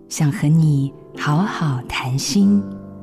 想和你好好谈心。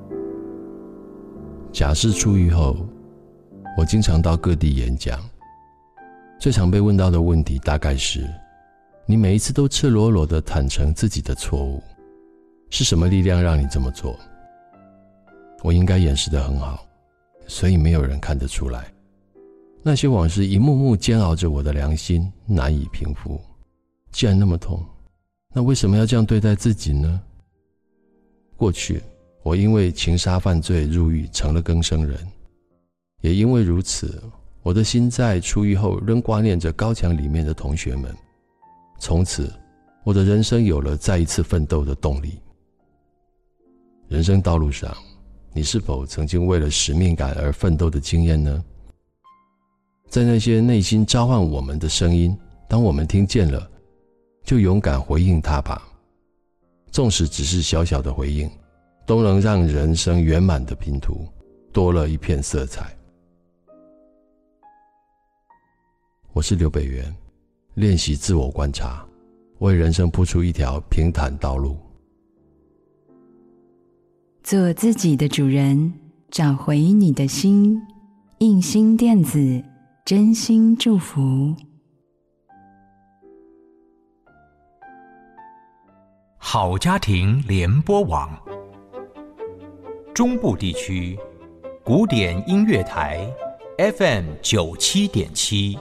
假释出狱后，我经常到各地演讲，最常被问到的问题大概是：你每一次都赤裸裸地坦诚自己的错误，是什么力量让你这么做？我应该掩饰得很好，所以没有人看得出来。那些往事一幕幕煎熬着我的良心，难以平复。既然那么痛，那为什么要这样对待自己呢？过去我因为情杀犯罪入狱，成了更生人，也因为如此，我的心在出狱后仍挂念着高墙里面的同学们。从此我的人生有了再一次奋斗的动力。人生道路上，你是否曾经为了使命感而奋斗的经验呢？在那些内心召唤我们的声音，当我们听见了，就勇敢回应它吧。纵使只是小小的回应，都能让人生圆满的拼图多了一片色彩。我是刘北元，练习自我观察，为人生铺出一条平坦道路。 做自己的主人，找回你的心。印心电子，真心祝福。 好家庭联播网，中部地区古典音乐台 FM97.7，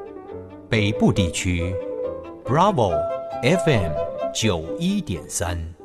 北部地区 Bravo FM91.3。